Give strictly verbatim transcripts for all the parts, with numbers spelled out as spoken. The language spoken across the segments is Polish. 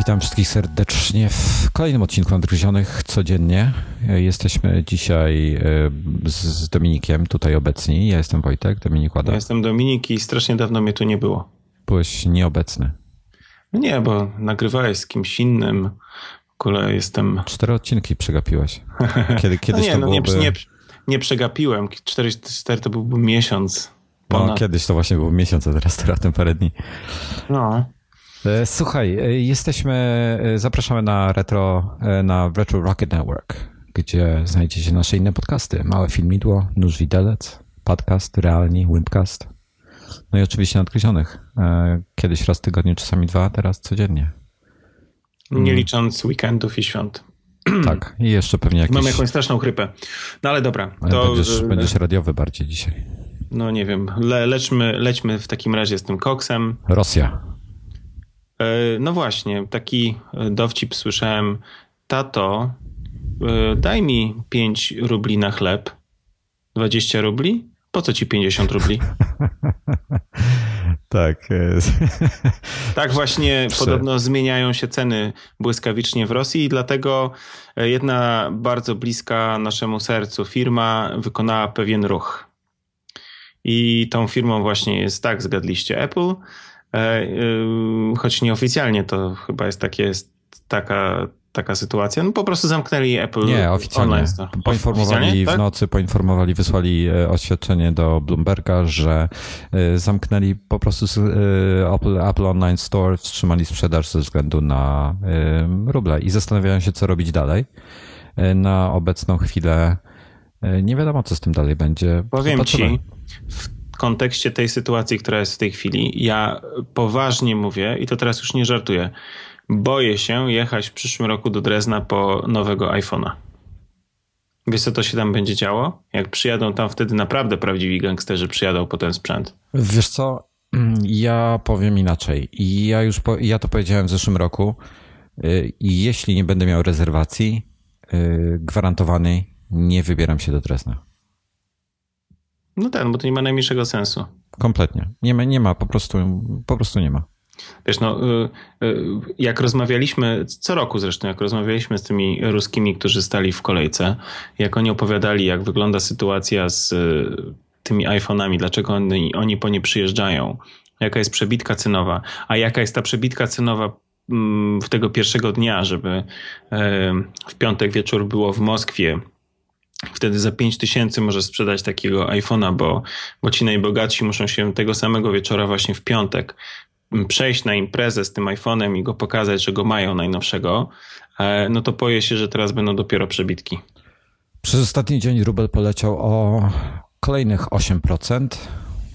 Witam wszystkich serdecznie w kolejnym odcinku Nadgryzionych codziennie. Jesteśmy dzisiaj z Dominikiem tutaj obecni. Ja jestem Wojtek, Dominik Łada. Ja jestem Dominik i strasznie dawno mnie tu nie było. Byłeś nieobecny. Nie, bo nagrywałeś z kimś innym. W ogóle jestem... Cztery odcinki przegapiłeś. Kiedy, kiedyś no nie, to no byłoby... nie, nie, nie przegapiłem. Cztery, cztery to byłby miesiąc. Ponad. No kiedyś to właśnie był miesiąc, a teraz to raptem parę dni. No. Słuchaj, jesteśmy, zapraszamy na retro, na Retro Rocket Network, gdzie znajdziecie nasze inne podcasty. Małe filmidło, Nóż Widelec, podcast, Realni, Wimpcast. No i oczywiście Nadgryzionych. Kiedyś raz w tygodniu, czasami dwa, teraz codziennie. Nie licząc weekendów i świąt. Tak, i jeszcze pewnie jakieś... Mam jakąś straszną chrypę. No ale dobra. To... Będziesz, będziesz radiowy bardziej dzisiaj. No nie wiem, Le, lećmy, lećmy w takim razie z tym koksem. Rosja. No właśnie, taki dowcip słyszałem. Tato, daj mi pięć rubli na chleb. dwadzieścia rubli? Po co ci pięćdziesiąt rubli? Tak. Tak właśnie Prze... podobno zmieniają się ceny błyskawicznie w Rosji i dlatego jedna bardzo bliska naszemu sercu firma wykonała pewien ruch. I tą firmą właśnie jest, tak, zgadliście, Apple. Choć nieoficjalnie to chyba jest, takie, jest taka, taka sytuacja. No po prostu zamknęli Apple. Nie, oficjalnie. Online Store. Poinformowali oficjalnie, tak? w nocy, poinformowali, wysłali oświadczenie do Bloomberga, że zamknęli po prostu Apple, Apple Online Store, wstrzymali sprzedaż ze względu na ruble i zastanawiają się, co robić dalej. Na obecną chwilę nie wiadomo, co z tym dalej będzie. Powiem Zobaczymy. ci, w kontekście tej sytuacji, która jest w tej chwili, ja poważnie mówię i to teraz już nie żartuję, boję się jechać w przyszłym roku do Drezna po nowego iPhone'a. Wiesz, co to się tam będzie działo? Jak przyjadą tam wtedy naprawdę prawdziwi gangsterzy, przyjadą po ten sprzęt. Wiesz co, ja powiem inaczej. Ja już po, ja to powiedziałem w zeszłym roku. Jeśli nie będę miał rezerwacji gwarantowanej, nie wybieram się do Drezna. No tak, bo to nie ma najmniejszego sensu. Kompletnie. Nie ma, nie ma po prostu, po prostu nie ma. Wiesz, no, jak rozmawialiśmy, co roku zresztą, jak rozmawialiśmy z tymi ruskimi, którzy stali w kolejce, jak oni opowiadali, jak wygląda sytuacja z tymi iPhone'ami, dlaczego oni, oni po nie przyjeżdżają, jaka jest przebitka cenowa, a jaka jest ta przebitka cenowa w tego pierwszego dnia, żeby w piątek wieczór było w Moskwie. Wtedy za pięć tysięcy może sprzedać takiego iPhone'a, bo, bo ci najbogatsi muszą się tego samego wieczora właśnie w piątek przejść na imprezę z tym iPhone'em i go pokazać, że go mają najnowszego, no to boję się, że teraz będą dopiero przebitki. Przez ostatni dzień rubel poleciał o kolejnych osiem procent.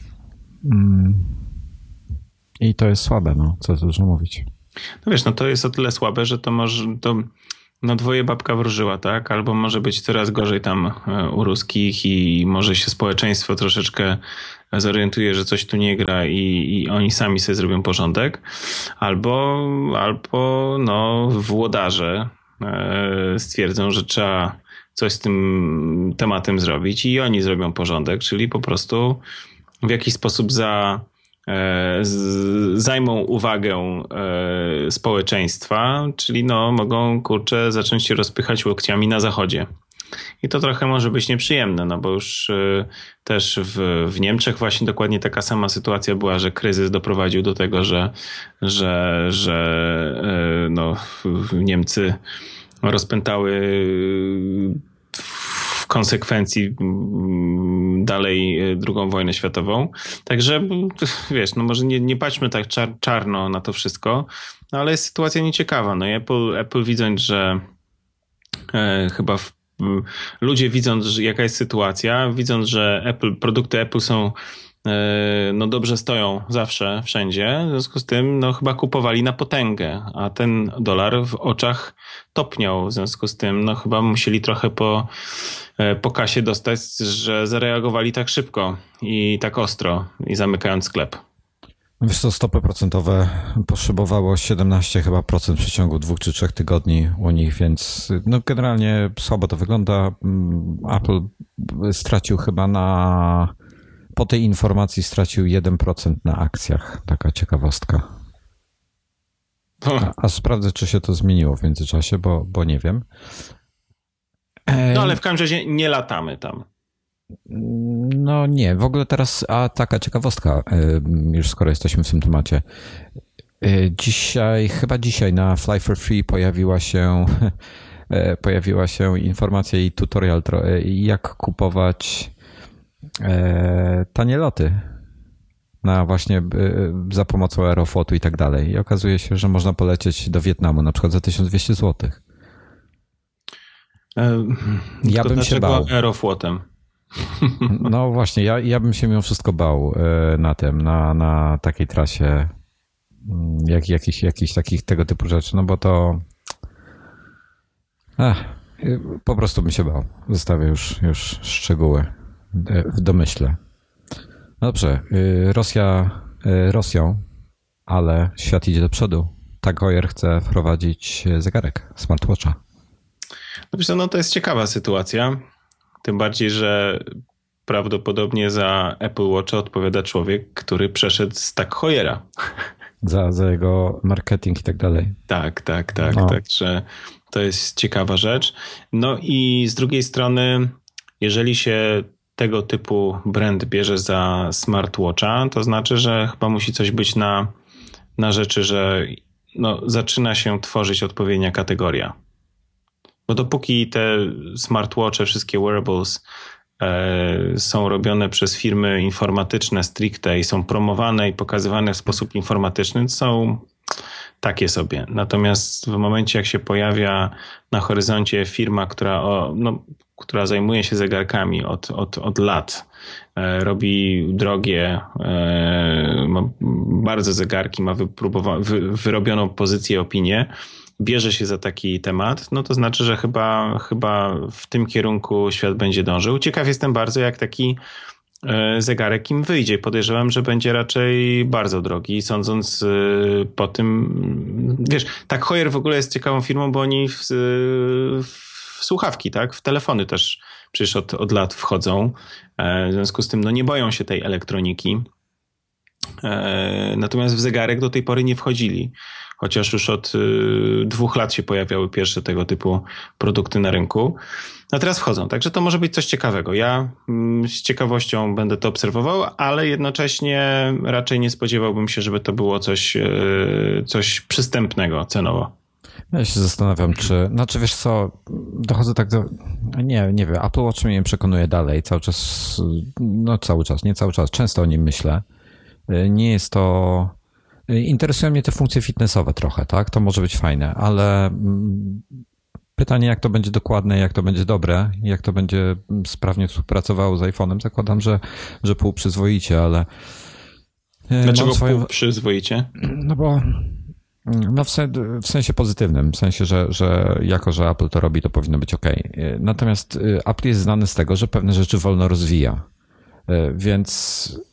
I to jest słabe, no, co dużo mówić. No wiesz, no to jest o tyle słabe, że to może... To... No dwoje babka wróżyła, tak? Albo może być coraz gorzej tam u ruskich i może się społeczeństwo troszeczkę zorientuje, że coś tu nie gra i, i oni sami sobie zrobią porządek. Albo, albo no włodarze stwierdzą, że trzeba coś z tym tematem zrobić i oni zrobią porządek, czyli po prostu w jakiś sposób za... zajmą uwagę społeczeństwa, czyli no mogą, kurczę, zacząć się rozpychać łokciami na zachodzie. I to trochę może być nieprzyjemne, no bo już też w, w Niemczech właśnie dokładnie taka sama sytuacja była, że kryzys doprowadził do tego, że, że, że no, Niemcy rozpętały w konsekwencji dalej drugą wojnę światową. Także wiesz, no może nie, nie patrzmy tak czar, czarno na to wszystko, no ale jest sytuacja nieciekawa. No i Apple, Apple widząc, że e, chyba w, ludzie widząc, że jaka jest sytuacja, widząc, że Apple, produkty Apple są e, no dobrze stoją zawsze, wszędzie, w związku z tym no chyba kupowali na potęgę, a ten dolar w oczach topniał, w związku z tym no chyba musieli trochę po po kasie dostać, że zareagowali tak szybko i tak ostro i zamykając sklep. Wiesz co, stopy procentowe poszybowało siedemnaście chyba procent w przeciągu dwóch czy trzech tygodni u nich, więc no generalnie słabo to wygląda. Apple stracił chyba na, po tej informacji stracił jeden procent na akcjach. Taka ciekawostka. A, a sprawdzę, czy się to zmieniło w międzyczasie, bo, bo nie wiem. No ale w każdym razie nie latamy tam. No nie, w ogóle teraz, a taka ciekawostka, już skoro jesteśmy w tym temacie. Dzisiaj, chyba dzisiaj na Fly for Free pojawiła się pojawiła się informacja i tutorial, jak kupować tanie loty na właśnie za pomocą Aeroflotu i tak dalej. I okazuje się, że można polecieć do Wietnamu na przykład za tysiąc dwieście złotych. Ja bym się bał. Aeroflotem. No właśnie, ja, ja bym się mimo wszystko bał na tym, na, na takiej trasie jak, jakichś, jakichś takich tego typu rzeczy, no bo to ach, po prostu bym się bał. Zostawię już, już szczegóły w domyśle. No dobrze, Rosja Rosją, ale świat idzie do przodu. TAG Heuer chce wprowadzić zegarek, smartwatcha. No wiesz co, no to jest ciekawa sytuacja. Tym bardziej, że prawdopodobnie za Apple Watcha odpowiada człowiek, który przeszedł z TAG Heuera. Za, za jego marketing i tak dalej. Tak, tak, tak. No. Także to jest ciekawa rzecz. No i z drugiej strony, jeżeli się tego typu brand bierze za smartwatcha, to znaczy, że chyba musi coś być na, na rzeczy, że no, zaczyna się tworzyć odpowiednia kategoria. Bo dopóki te smartwatche, wszystkie wearables e, są robione przez firmy informatyczne stricte i są promowane i pokazywane w sposób informatyczny, to są takie sobie. Natomiast w momencie, jak się pojawia na horyzoncie firma, która, o, no, która zajmuje się zegarkami od, od, od lat, e, robi drogie, e, ma bardzo zegarki, ma wypróbowa- wy, wyrobioną pozycję, opinię, bierze się za taki temat, no to znaczy, że chyba, chyba w tym kierunku świat będzie dążył. Ciekaw jestem bardzo, jak taki zegarek im wyjdzie. Podejrzewam, że będzie raczej bardzo drogi, sądząc po tym, wiesz, TAG Heuer w ogóle jest ciekawą firmą, bo oni w, w słuchawki, tak, w telefony też przecież od, od lat wchodzą. W związku z tym, no nie boją się tej elektroniki. Natomiast w zegarek do tej pory nie wchodzili. Chociaż już od y, dwóch lat się pojawiały pierwsze tego typu produkty na rynku. A teraz wchodzą, także to może być coś ciekawego. Ja y, z ciekawością będę to obserwował, ale jednocześnie raczej nie spodziewałbym się, żeby to było coś, y, coś przystępnego cenowo. Ja się zastanawiam, czy, znaczy wiesz co, dochodzę tak do, nie, nie wiem, Apple Watch mnie przekonuje dalej, cały czas, no cały czas, nie cały czas, często o nim myślę. Nie jest to... Interesują mnie te funkcje fitnessowe trochę, tak? To może być fajne, ale pytanie, jak to będzie dokładne, jak to będzie dobre, jak to będzie sprawnie współpracowało z iPhone'em, zakładam, że, że półprzyzwoicie, ale... Dlaczego swoją... półprzyzwoicie? No bo no w, sen, w sensie pozytywnym, w sensie, że, że jako, że Apple to robi, to powinno być ok. Natomiast Apple jest znany z tego, że pewne rzeczy wolno rozwija, więc...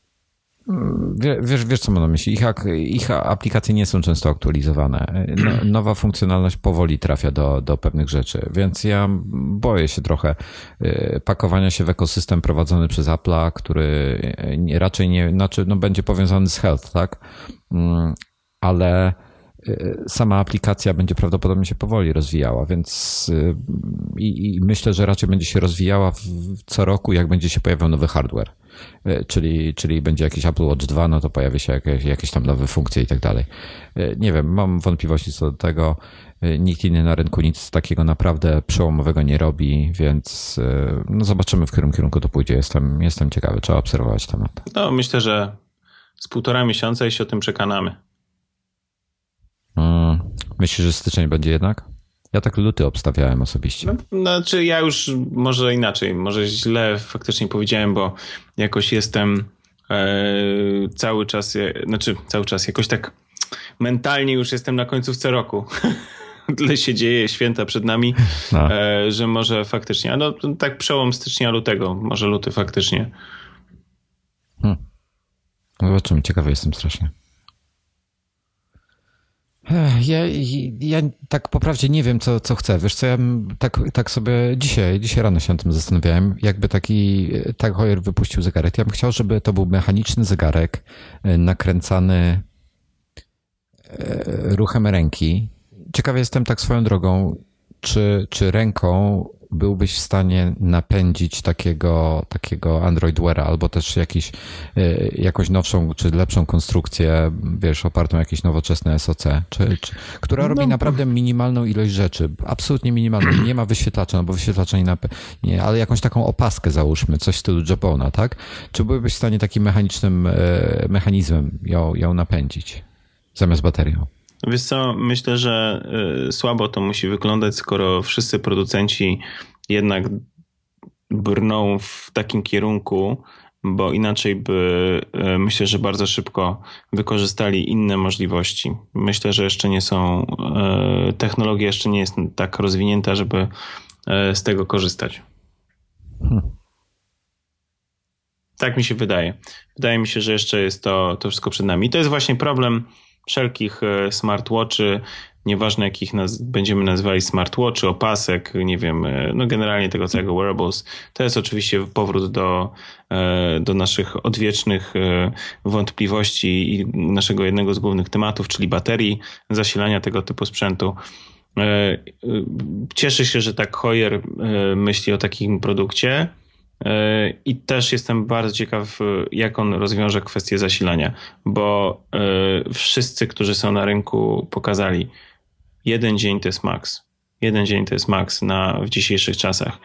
Wiesz, wiesz, co mam na myśli? Ich, ich aplikacje nie są często aktualizowane. No, nowa funkcjonalność powoli trafia do, do pewnych rzeczy, więc ja boję się trochę pakowania się w ekosystem prowadzony przez Apple'a, który raczej nie, znaczy no będzie powiązany z health, tak? Ale sama aplikacja będzie prawdopodobnie się powoli rozwijała, więc i, i myślę, że raczej będzie się rozwijała w, co roku, jak będzie się pojawiał nowy hardware. Czyli, czyli będzie jakiś Apple Watch dwa, no to pojawi się jakieś, jakieś tam nowe funkcje i tak dalej. Nie wiem, mam wątpliwości co do tego. Nikt inny na rynku nic takiego naprawdę przełomowego nie robi, więc no zobaczymy, w którym kierunku to pójdzie. Jestem, jestem ciekawy, trzeba obserwować temat. No myślę, że z półtora miesiąca i się o tym przekonamy. Hmm. Myślisz, że styczeń będzie jednak? Ja tak luty obstawiałem osobiście. No, znaczy ja już może inaczej, może źle faktycznie powiedziałem, bo jakoś jestem e, cały czas, znaczy cały czas jakoś tak mentalnie już jestem na końcówce roku. Tyle się dzieje, święta przed nami, no. e, że może faktycznie, no tak przełom stycznia, lutego, może luty faktycznie. Hmm. Zobaczymy, ciekawy jestem strasznie. Ja, ja tak po prawdzie nie wiem, co, co chcę. Wiesz co, ja tak, tak sobie dzisiaj, dzisiaj rano się nad tym zastanawiałem, jakby taki TAG Heuer wypuścił zegarek. Ja bym chciał, żeby to był mechaniczny zegarek nakręcany ruchem ręki. Ciekawy jestem tak swoją drogą, czy, czy ręką byłbyś w stanie napędzić takiego, takiego Android Weara albo też jakiś, jakąś nowszą czy lepszą konstrukcję, wiesz, opartą o jakieś nowoczesne S O C, czy, czy, która no. robi naprawdę minimalną ilość rzeczy, absolutnie minimalną. Nie ma wyświetlacza, no bo wyświetlacza nie, nap- nie, ale jakąś taką opaskę załóżmy, coś w stylu Jobona, tak? Czy byłbyś w stanie takim mechanicznym mechanizmem ją, ją napędzić zamiast baterią? Wiesz co, myślę, że y, słabo to musi wyglądać, skoro wszyscy producenci jednak brną w takim kierunku, bo inaczej by y, myślę, że bardzo szybko wykorzystali inne możliwości. Myślę, że jeszcze nie są, y, technologia jeszcze nie jest tak rozwinięta, żeby y, z tego korzystać. Hmm. Tak mi się wydaje. Wydaje mi się, że jeszcze jest to, to wszystko przed nami. I to jest właśnie problem wszelkich smartwatchy, nieważne jakich naz- będziemy nazywali smartwatchy, opasek, nie wiem, no generalnie tego całego wearables. To jest oczywiście powrót do, do naszych odwiecznych wątpliwości i naszego jednego z głównych tematów, czyli baterii, zasilania tego typu sprzętu. Cieszę się, że tak Heuer myśli o takim produkcie. I też jestem bardzo ciekaw, jak on rozwiąże kwestię zasilania, bo wszyscy, którzy są na rynku, pokazali, jeden dzień to jest max. Jeden dzień to jest max na, w dzisiejszych czasach.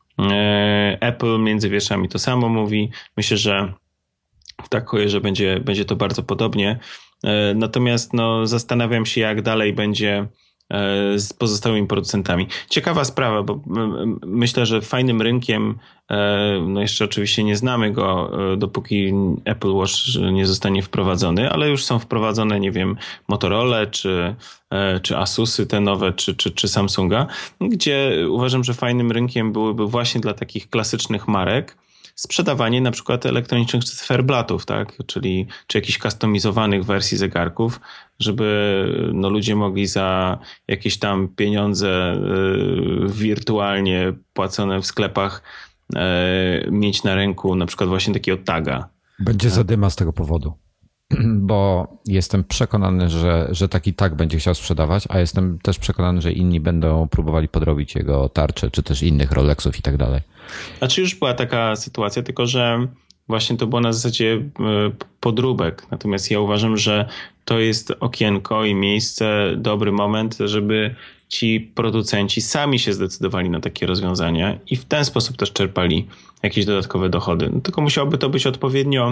Apple między wierszami to samo mówi. Myślę, że w tak że będzie, będzie to bardzo podobnie. Natomiast no, zastanawiam się, jak dalej będzie z pozostałymi producentami. Ciekawa sprawa, bo myślę, że fajnym rynkiem, no jeszcze oczywiście nie znamy go, dopóki Apple Watch nie zostanie wprowadzony, ale już są wprowadzone, nie wiem, Motorola, czy, czy Asusy te nowe, czy, czy, czy Samsunga, gdzie uważam, że fajnym rynkiem byłyby właśnie dla takich klasycznych marek sprzedawanie na przykład elektronicznych cyferblatów, tak? Czyli czy jakichś kustomizowanych wersji zegarków, żeby no, ludzie mogli za jakieś tam pieniądze y, wirtualnie płacone w sklepach y, mieć na ręku na przykład właśnie takiego taga. Będzie zadyma z tego powodu, bo jestem przekonany, że, że taki tag będzie chciał sprzedawać, a jestem też przekonany, że inni będą próbowali podrobić jego tarcze, czy też innych Rolexów i tak dalej. Znaczy już była taka sytuacja, tylko że właśnie to było na zasadzie podróbek. Natomiast ja uważam, że to jest okienko i miejsce, dobry moment, żeby ci producenci sami się zdecydowali na takie rozwiązania i w ten sposób też czerpali jakieś dodatkowe dochody. No, tylko musiałoby to być odpowiednio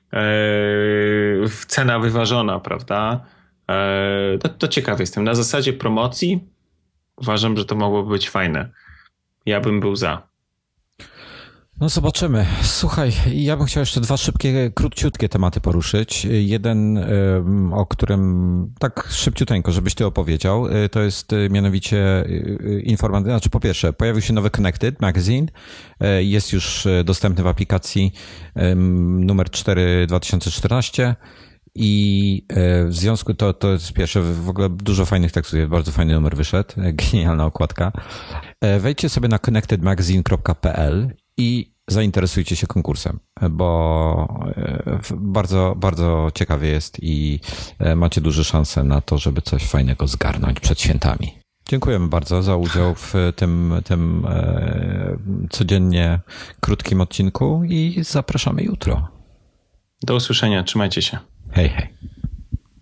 yy, cena wyważona, prawda? Yy, to, to ciekawy jestem. Na zasadzie promocji uważam, że to mogłoby być fajne. Ja bym był za. No zobaczymy. Słuchaj, ja bym chciał jeszcze dwa szybkie, króciutkie tematy poruszyć. Jeden, o którym tak szybciuteńko, żebyś ty opowiedział, to jest mianowicie informacja, znaczy po pierwsze, pojawił się nowy Connected Magazine, jest już dostępny w aplikacji numer cztery dwa tysiące czternaście i w związku to, to jest pierwsze, w ogóle dużo fajnych tekstów, bardzo fajny numer wyszedł, genialna okładka. Wejdźcie sobie na connected magazine kropka p l i zainteresujcie się konkursem, bo bardzo, bardzo ciekawie jest i macie duże szanse na to, żeby coś fajnego zgarnąć przed świętami. Dziękujemy bardzo za udział w tym, tym codziennie krótkim odcinku i zapraszamy jutro. Do usłyszenia, trzymajcie się. Hej, hej.